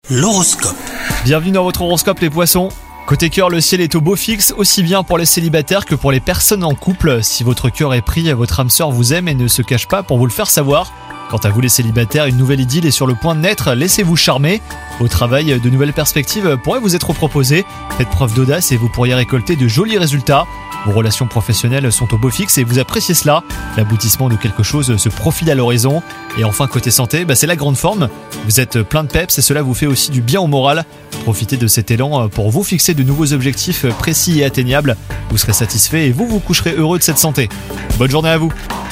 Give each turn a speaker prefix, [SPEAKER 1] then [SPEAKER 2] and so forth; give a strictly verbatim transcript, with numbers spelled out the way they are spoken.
[SPEAKER 1] L'horoscope.
[SPEAKER 2] Bienvenue dans votre horoscope les poissons. Côté cœur, le ciel est au beau fixe, aussi bien pour les célibataires que pour les personnes en couple. Si votre cœur est pris, votre âme sœur vous aime et ne se cache pas pour vous le faire savoir. Quant à vous les célibataires, une nouvelle idylle est sur le point de naître, laissez-vous charmer. Au travail, de nouvelles perspectives pourraient vous être proposées. Faites preuve d'audace et vous pourriez récolter de jolis résultats. Vos relations professionnelles sont au beau fixe et vous appréciez cela. L'aboutissement de quelque chose se profile à l'horizon. Et enfin, côté santé, bah c'est la grande forme. Vous êtes plein de peps et cela vous fait aussi du bien au moral. Profitez de cet élan pour vous fixer de nouveaux objectifs précis et atteignables. Vous serez satisfait et vous vous coucherez heureux de cette santé. Bonne journée à vous.